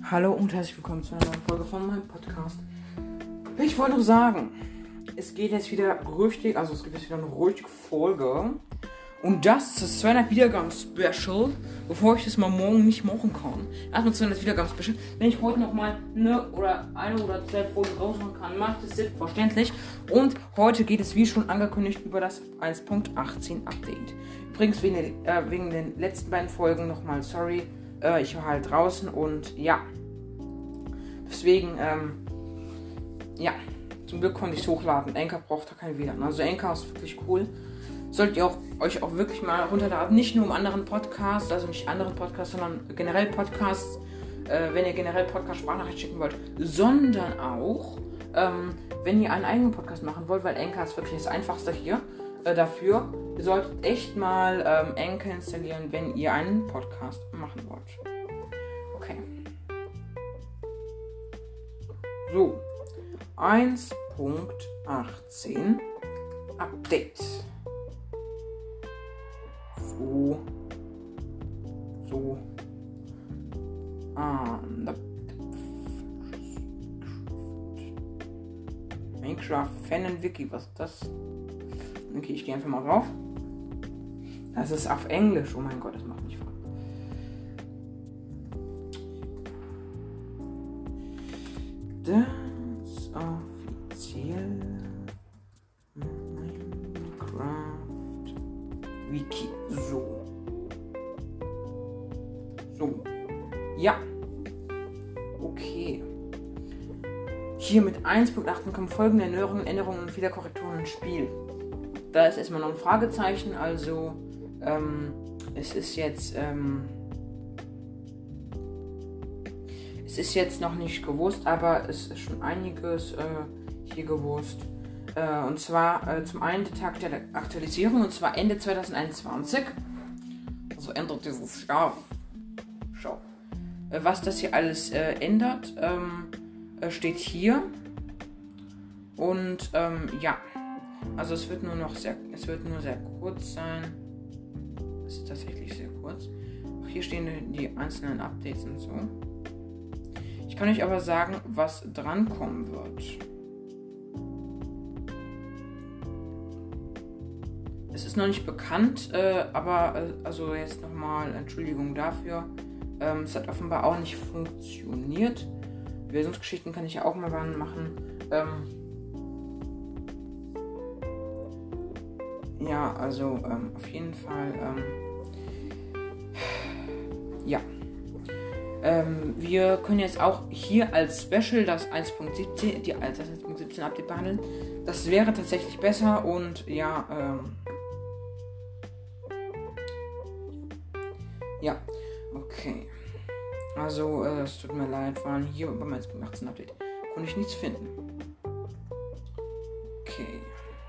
Hallo und herzlich willkommen zu einer neuen Folge von meinem Podcast. Ich wollte noch sagen, es gibt jetzt wieder eine richtige Folge. Und das ist das 200 Wiedergaben-Special, bevor ich das mal morgen nicht machen kann. Erstmal 200 Wiedergaben-Special. Wenn ich heute nochmal eine oder zwei Folgen rausmachen kann, macht es selbstverständlich. Und heute geht es, wie schon angekündigt, über das 1.18 Update. Übrigens wegen den letzten beiden Folgen nochmal sorry. Ich war halt draußen und ja. Deswegen, zum Glück konnte ich es hochladen. Anchor braucht da kein WLAN. Also Anchor ist wirklich cool. Solltet ihr euch auch wirklich mal runterladen. Nicht nur um anderen Podcasts, also nicht anderen Podcasts, sondern generell Podcasts. Wenn ihr generell Podcast-Sprachnachricht schicken wollt. Sondern auch, wenn ihr einen eigenen Podcast machen wollt, weil Anchor ist wirklich das Einfachste hier dafür. Ihr solltet echt mal Anchor installieren, wenn ihr einen Podcast machen wollt. Okay. So. 1.18 Update. So. Minecraft Fan and Wiki, was ist das? Okay, ich gehe einfach mal drauf. Das ist auf Englisch. Oh mein Gott, das macht nicht Spaß. Das offizielle Minecraft Wiki. So. Ja. Okay. Hier mit 1.18 kommen folgende Änderungen und Fehlerkorrekturen ins Spiel. Da ist erstmal noch ein Fragezeichen, also es ist jetzt noch nicht gewusst, aber es ist schon einiges hier gewusst. Und zwar zum einen der Tag der Aktualisierung, und zwar Ende 2021. Also ändert dieses Jahr. Schau. Was das hier alles ändert, steht hier. Und ja. Also es wird nur sehr kurz sein. Es ist tatsächlich sehr kurz. Auch hier stehen die einzelnen Updates und so. Ich kann euch aber sagen, was drankommen wird. Es ist noch nicht bekannt, aber also jetzt nochmal Entschuldigung dafür. Es hat offenbar auch nicht funktioniert. Versionsgeschichten kann ich ja auch mal machen. Ja, also auf jeden Fall, ja. Wir können jetzt auch hier als Special das 1.17 Update behandeln. Das wäre tatsächlich besser und ja, ja, okay. Also, es tut mir leid, waren hier beim 1.18 Update. Konnte ich nichts finden. Okay.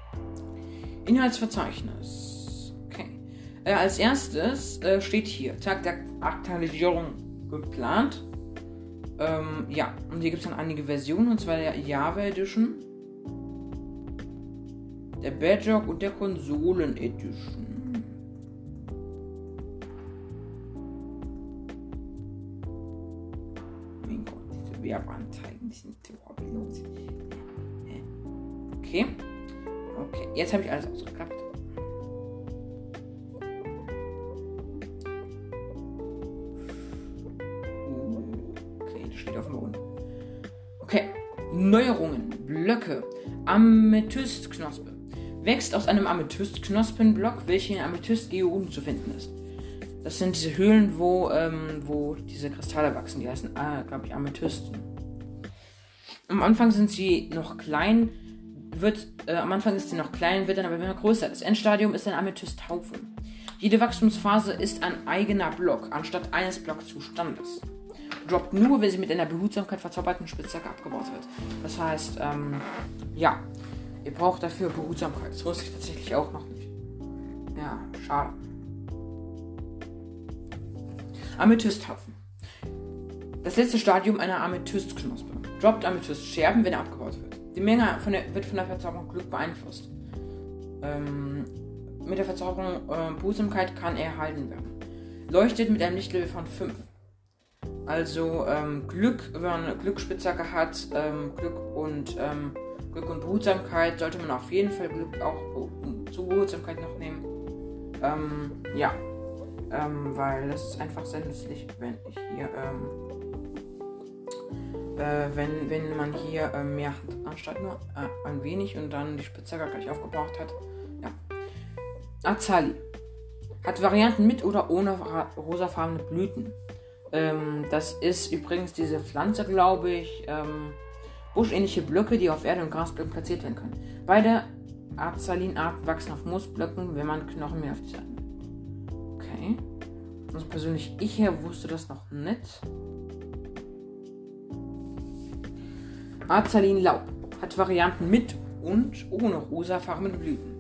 Inhaltsverzeichnis. Okay. Als erstes steht hier Tag der Aktualisierung geplant. Ja, und hier gibt es dann einige Versionen, und zwar der Java Edition, der Bedrock und der Konsolen Edition. Mein Gott, diese Werbeanzeigen, die sind so hobbylos. Okay. Okay, jetzt habe ich alles ausgeklappt. Okay, das steht auf dem Boden. Okay, Neuerungen. Blöcke. Amethystknospe. Wächst aus einem Amethystknospenblock, welcher in Amethyst-Geoden zu finden ist. Das sind diese Höhlen, wo diese Kristalle wachsen. Die heißen, glaube ich, Amethysten. Am Anfang sind sie noch klein. Am Anfang ist sie noch klein, wird dann aber immer größer. Das Endstadium ist ein Amethysthaufen. Jede Wachstumsphase ist ein eigener Block, anstatt eines Blockzustandes. Droppt nur, wenn sie mit einer Behutsamkeit verzauberten Spitzhacke abgebaut wird. Das heißt, ja, ihr braucht dafür Behutsamkeit. Das wusste ich tatsächlich auch noch nicht. Ja, schade. Amethysthaufen. Das letzte Stadium einer Amethystknospe. Droppt Amethystscherben, wenn er abgebaut wird. Die Menge wird von der Verzauberung Glück beeinflusst. Mit der Verzauberung Behutsamkeit kann er erhalten werden. Leuchtet mit einem Lichtlevel von 5. Also Glück, wenn man eine Glücksspitzhacke hat, Glück und Behutsamkeit, sollte man auf jeden Fall Glück auch zu Behutsamkeit noch nehmen. Weil das ist einfach sehr nützlich, wenn ich hier wenn man hier mehr hat, anstatt nur ein wenig und dann die Spitzhacke gleich aufgebraucht hat. Ja. Azali hat Varianten mit oder ohne rosafarbene Blüten. Das ist übrigens diese Pflanze, glaube ich, buschähnliche Blöcke, die auf Erde und Grasblöcken platziert werden können. Beide Azalinarten wachsen auf Moosblöcken, wenn man Knochen mehr auf die Seiten. Okay. Also persönlich, ich hier wusste das noch nicht. Azalinlaub hat Varianten mit und ohne rosafarbene Blüten.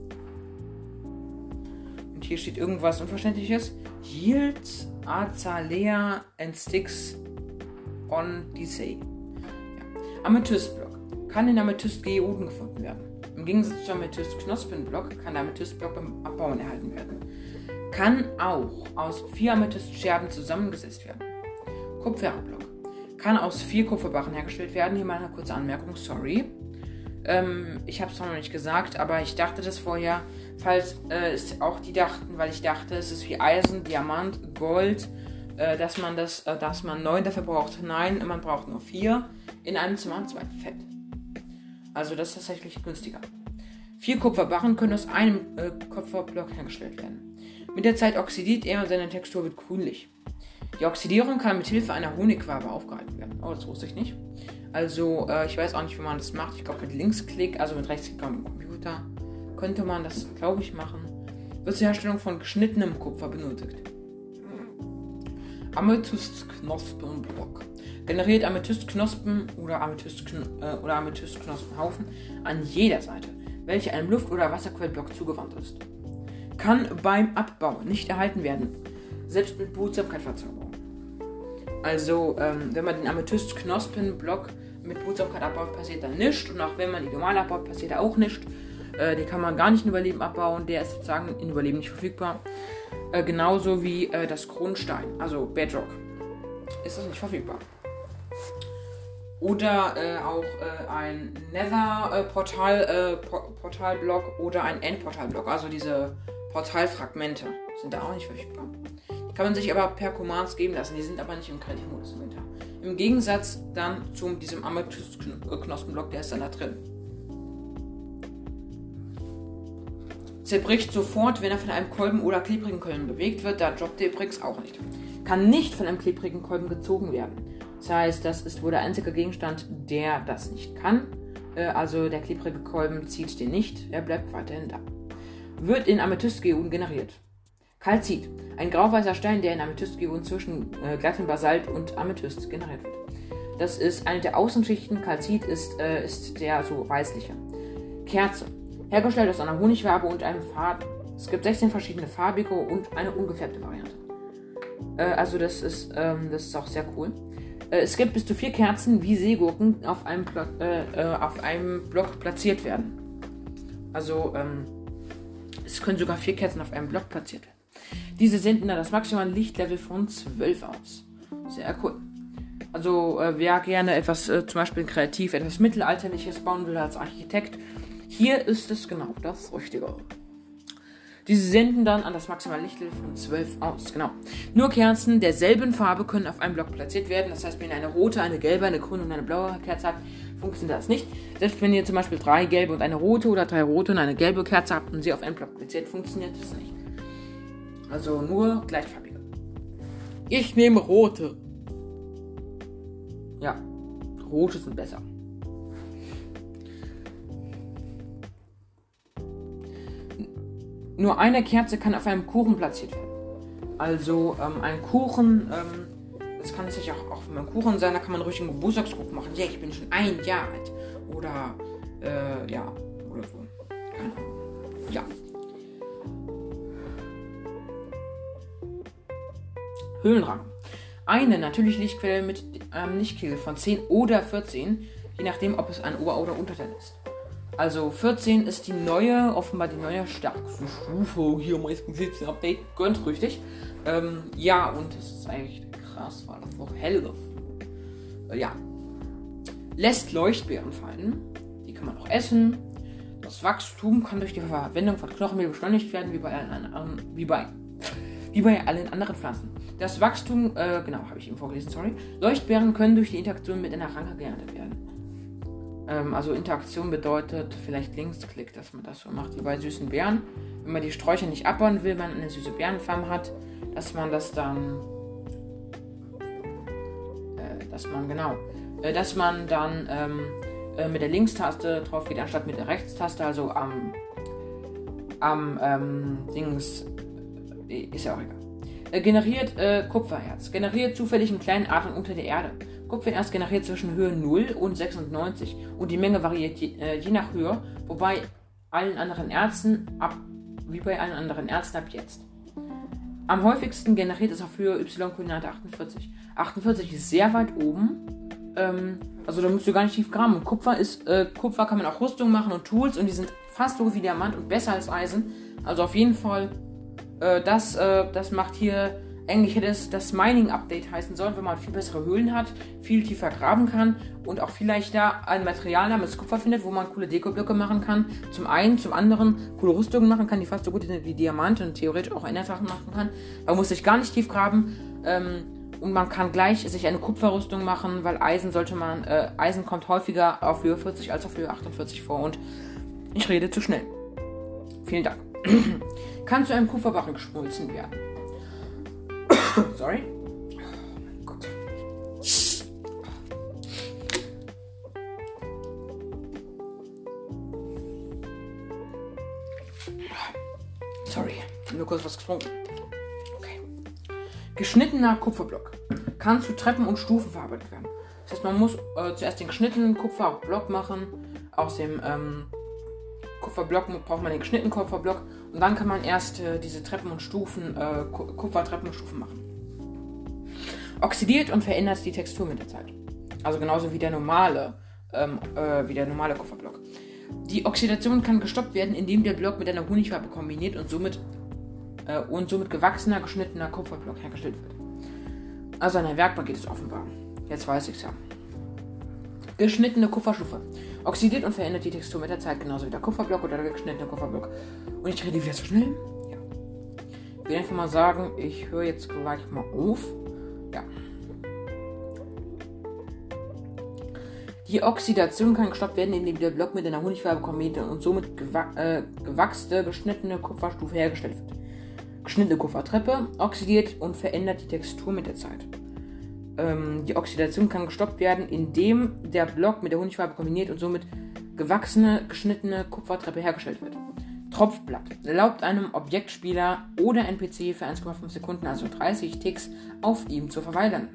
Und hier steht irgendwas Unverständliches. Yields Azalea and Sticks on Decay. Ja. Amethystblock kann in Amethyst-Geoden gefunden werden. Im Gegensatz zum Amethyst-Knospenblock kann der Amethystblock beim Abbauen erhalten werden. Kann auch aus 4 Amethystscherben zusammengesetzt werden. Kupferblock kann aus 4 Kupferbarren hergestellt werden. Hier mal eine kurze Anmerkung, sorry. Ich habe es noch nicht gesagt, aber ich dachte das vorher, falls es auch die dachten, weil ich dachte, es ist wie Eisen, Diamant, Gold, dass man 9 dafür braucht. Nein, man braucht nur 4 in einem Zimmer, 2 Fett. Also das ist tatsächlich günstiger. 4 Kupferbarren können aus einem Kupferblock hergestellt werden. Mit der Zeit oxidiert er und seine Textur wird grünlich. Die Oxidierung kann mit Hilfe einer Honigwabe aufgehalten werden. Oh, das wusste ich nicht. Also, ich weiß auch nicht, wie man das macht. Ich glaube, mit Linksklick, also mit Rechtsklick am Computer, könnte man das, glaube ich, machen. Wird zur Herstellung von geschnittenem Kupfer benötigt. Amethystknospenblock generiert Amethystknospen oder Amethystknospenhaufen an jeder Seite, welche einem Luft- oder Wasserquellblock zugewandt ist. Kann beim Abbau nicht erhalten werden, selbst mit Behutsamkeitsverzauberung. Also, wenn man den Amethystknospenblock mit Behutsamkeit abbaut, passiert da nichts. Und auch wenn man die normal abbaut, passiert da auch nichts. Den kann man gar nicht in Überleben abbauen. Der ist sozusagen in Überleben nicht verfügbar. Genauso wie das Kronstein, also Bedrock. Ist das nicht verfügbar. Oder auch ein Nether-Portalblock oder ein Endportalblock. Also diese Portalfragmente sind da auch nicht verfügbar. Die kann man sich aber per Commands geben lassen. Die sind aber nicht im Kreativmodus im Winter. Im Gegensatz dann zu diesem Amethyst-Knospenblock, der ist dann da drin. Zerbricht sofort, wenn er von einem Kolben oder klebrigen Kolben bewegt wird. Da droppt der übrigens auch nicht. Kann nicht von einem klebrigen Kolben gezogen werden. Das heißt, das ist wohl der einzige Gegenstand, der das nicht kann. Also der klebrige Kolben zieht den nicht. Er bleibt weiterhin da. Wird in Amethystgeoden generiert. Kalzit. Ein grauweißer Stein, der in Amethystgeoden zwischen glattem Basalt und Amethyst generiert wird. Das ist eine der Außenschichten. Kalzit ist der so weißliche. Kerze. Hergestellt aus einer Honigwabe und einem Faden. Es gibt 16 verschiedene farbige und eine ungefärbte Variante. Also das ist auch sehr cool. Es gibt bis zu 4 Kerzen wie Seegurken auf einem Block platziert werden. Also es können sogar 4 Kerzen auf einem Block platziert werden. Diese senden dann das maximale Lichtlevel von 12 aus. Sehr cool. Also wer gerne etwas, zum Beispiel kreativ, etwas Mittelalterliches bauen will als Architekt, hier ist es genau das Richtige. Diese senden dann an das maximale Lichtlevel von 12 aus. Genau. Nur Kerzen derselben Farbe können auf einem Block platziert werden. Das heißt, wenn ihr eine rote, eine gelbe, eine grüne und eine blaue Kerze habt, funktioniert das nicht. Selbst wenn ihr zum Beispiel 3 gelbe und eine rote oder 3 rote und eine gelbe Kerze habt und sie auf einem Block platziert, funktioniert das nicht. Also nur gleichfarbige. Ich nehme rote. Ja, rote sind besser. Nur eine Kerze kann auf einem Kuchen platziert werden. Also ein Kuchen, das kann sich auch von einem Kuchen sein, da kann man ruhig einen Geburtstagskuchen machen. Ja, ich bin schon 1 Jahr alt. Oder, oder so. Keine Ahnung. Ja. Höhlenrang. Eine natürliche Lichtquelle mit einem Lichtkegel von 10 oder 14, je nachdem, ob es ein Ober- oder Unterteil ist. Also 14 ist offenbar die neue stärkste Stufe. Hier meistens 17 Update, gönnt richtig. Ja, und es ist eigentlich krass, war das doch hell. Ja. Lässt Leuchtbeeren fallen. Die kann man auch essen. Das Wachstum kann durch die Verwendung von Knochenmehl beschleunigt werden, wie bei allen anderen Pflanzen. Das Wachstum, genau, habe ich eben vorgelesen, sorry. Leuchtbeeren können durch die Interaktion mit einer Ranke geerntet werden. Also Interaktion bedeutet vielleicht Linksklick, dass man das so macht, wie bei süßen Beeren. Wenn man die Sträucher nicht abbauen will, man eine süße Beerenfarm hat, dass man das dann, mit der Linkstaste drauf geht, anstatt mit der Rechtstaste, also Dings, ist ja auch egal. Generiert Kupfererz. Generiert zufällig in kleinen Adern unter der Erde. Kupfererz generiert zwischen Höhe 0 und 96 und die Menge variiert je nach Höhe, wie bei allen anderen Erzen ab jetzt. Am häufigsten generiert es auf Höhe Y-Koordinate 48. 48 ist sehr weit oben, also da musst du gar nicht tief graben. Und Kupfer kann man auch Rüstung machen und Tools und die sind fast so wie Diamant und besser als Eisen. Also auf jeden Fall, das macht hier, eigentlich hätte es das Mining-Update heißen sollen, wenn man viel bessere Höhlen hat, viel tiefer graben kann und auch vielleicht da ein Material namens Kupfer findet, wo man coole Dekoblöcke machen kann. Zum einen, zum anderen coole Rüstungen machen kann, die fast so gut sind wie Diamant und theoretisch auch Endersachen machen kann. Man muss sich gar nicht tief graben und man kann gleich sich eine Kupferrüstung machen, weil Eisen kommt häufiger auf Höhe 40 als auf Höhe 48 vor und ich rede zu schnell. Vielen Dank. Kann zu einem Kupferbarren geschmolzen werden. Sorry. Oh mein Gott. Sorry, nur kurz was getrunken. Okay. Geschnittener Kupferblock kann zu Treppen und Stufen verarbeitet werden. Das heißt, man muss zuerst den geschnittenen Kupferblock machen. Aus dem Kupferblock braucht man den geschnittenen Kupferblock und dann kann man erst diese Treppen und Stufen, Kupfertreppen und Stufen machen. Oxidiert und verändert die Textur mit der Zeit. Also genauso wie der normale Kupferblock. Die Oxidation kann gestoppt werden, indem der Block mit einer Honigfarbe kombiniert und somit gewachsener, geschnittener Kupferblock hergestellt wird. Also an der Werkbank geht es offenbar. Jetzt weiß ich's ja. Geschnittene Kupferstufe. Oxidiert und verändert die Textur mit der Zeit, genauso wie der Kupferblock oder der geschnittene Kupferblock. Und ich rede wieder zu schnell. Ja. Ich will einfach mal sagen, ich höre jetzt gleich mal auf. Ja. Die Oxidation kann gestoppt werden, indem der Block mit einer Honigfarbe kombiniert und somit gewachste, geschnittene Kupferstufe hergestellt wird. Geschnittene Kupfertreppe oxidiert und verändert die Textur mit der Zeit. Die Oxidation kann gestoppt werden, indem der Block mit der Honigfarbe kombiniert und somit gewachsene, geschnittene Kupfertreppe hergestellt wird. Tropfblatt erlaubt einem Objektspieler oder NPC für 1,5 Sekunden, also 30 Ticks, auf ihm zu verweilen,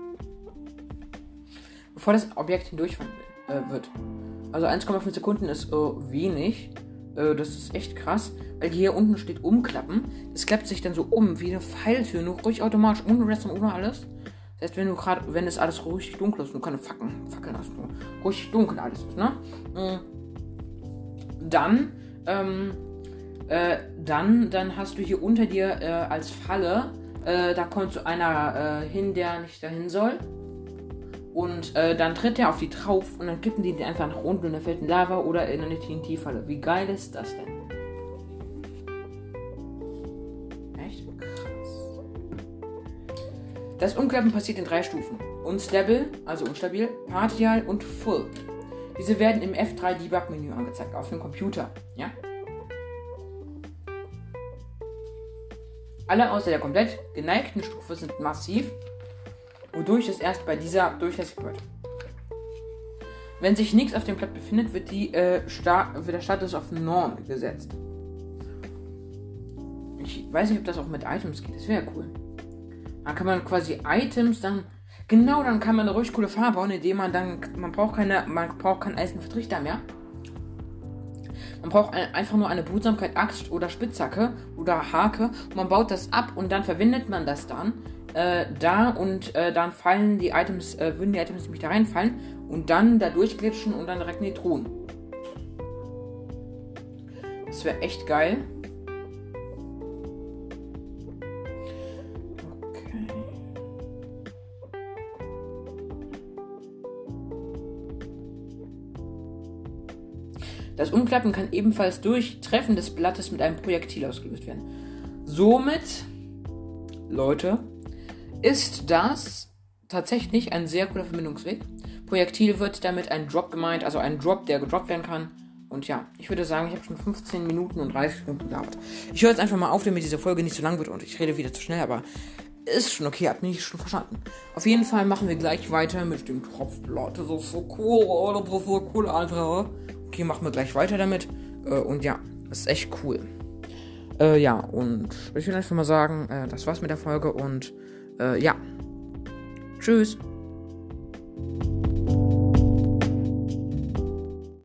bevor das Objekt hindurchfahren wird. Also 1,5 Sekunden ist wenig. Das ist echt krass, weil hier unten steht umklappen. Das klappt sich dann so um wie eine Pfeiltür, nur ruhig automatisch, ohne Rest und ohne alles. Das heißt, wenn es alles ruhig dunkel ist, du kannst Fackeln hast, ruhig dunkel alles ist, ne? Dann hast du hier unter dir als Falle, da kommt so einer hin, der nicht dahin soll. Und dann tritt er auf die drauf und dann kippen die einfach nach unten und dann fällt ein Lava oder in eine TNT-Falle. Wie geil ist das denn? Echt krass. Das Umklappen passiert in 3 Stufen. Unstable, also unstabil, partial und full. Diese werden im F3 Debug-Menü angezeigt, auf dem Computer. Ja? Alle außer der komplett geneigten Stufe sind massiv, wodurch es erst bei dieser durchlässig wird. Wenn sich nichts auf dem Blatt befindet, wird der Status auf Norm gesetzt. Ich weiß nicht, ob das auch mit Items geht. Das wäre ja cool. Dann kann man quasi Items dann kann man eine ruhig coole Farbe bauen, indem man braucht keinen Eisenvertrichter mehr. Man braucht einfach nur eine Behutsamkeit, Axt oder Spitzhacke oder Hake und man baut das ab und dann verwendet man das dann dann fallen die Items, würden die Items nämlich da reinfallen und dann da durchglitschen und dann direkt in die Truhen. Das wäre echt geil. Okay. Das Umklappen kann ebenfalls durch Treffen des Blattes mit einem Projektil ausgelöst werden. Somit, Leute, ist das tatsächlich ein sehr cooler Verbindungsweg. Projektil wird damit ein Drop gemeint, also ein Drop, der gedroppt werden kann. Und ja, ich würde sagen, ich habe schon 15 Minuten und 30 Minuten gelabert. Ich höre jetzt einfach mal auf, damit diese Folge nicht so lang wird und ich rede wieder zu schnell, aber ist schon okay, habt mich schon verstanden. Auf jeden Fall machen wir gleich weiter mit dem Tropfblatt. Das ist so cool, oh, das ist so cool, Alter. Okay, machen wir gleich weiter damit. Und ja, das ist echt cool. Ja, und ich will einfach mal sagen, das war's mit der Folge und ja. Tschüss.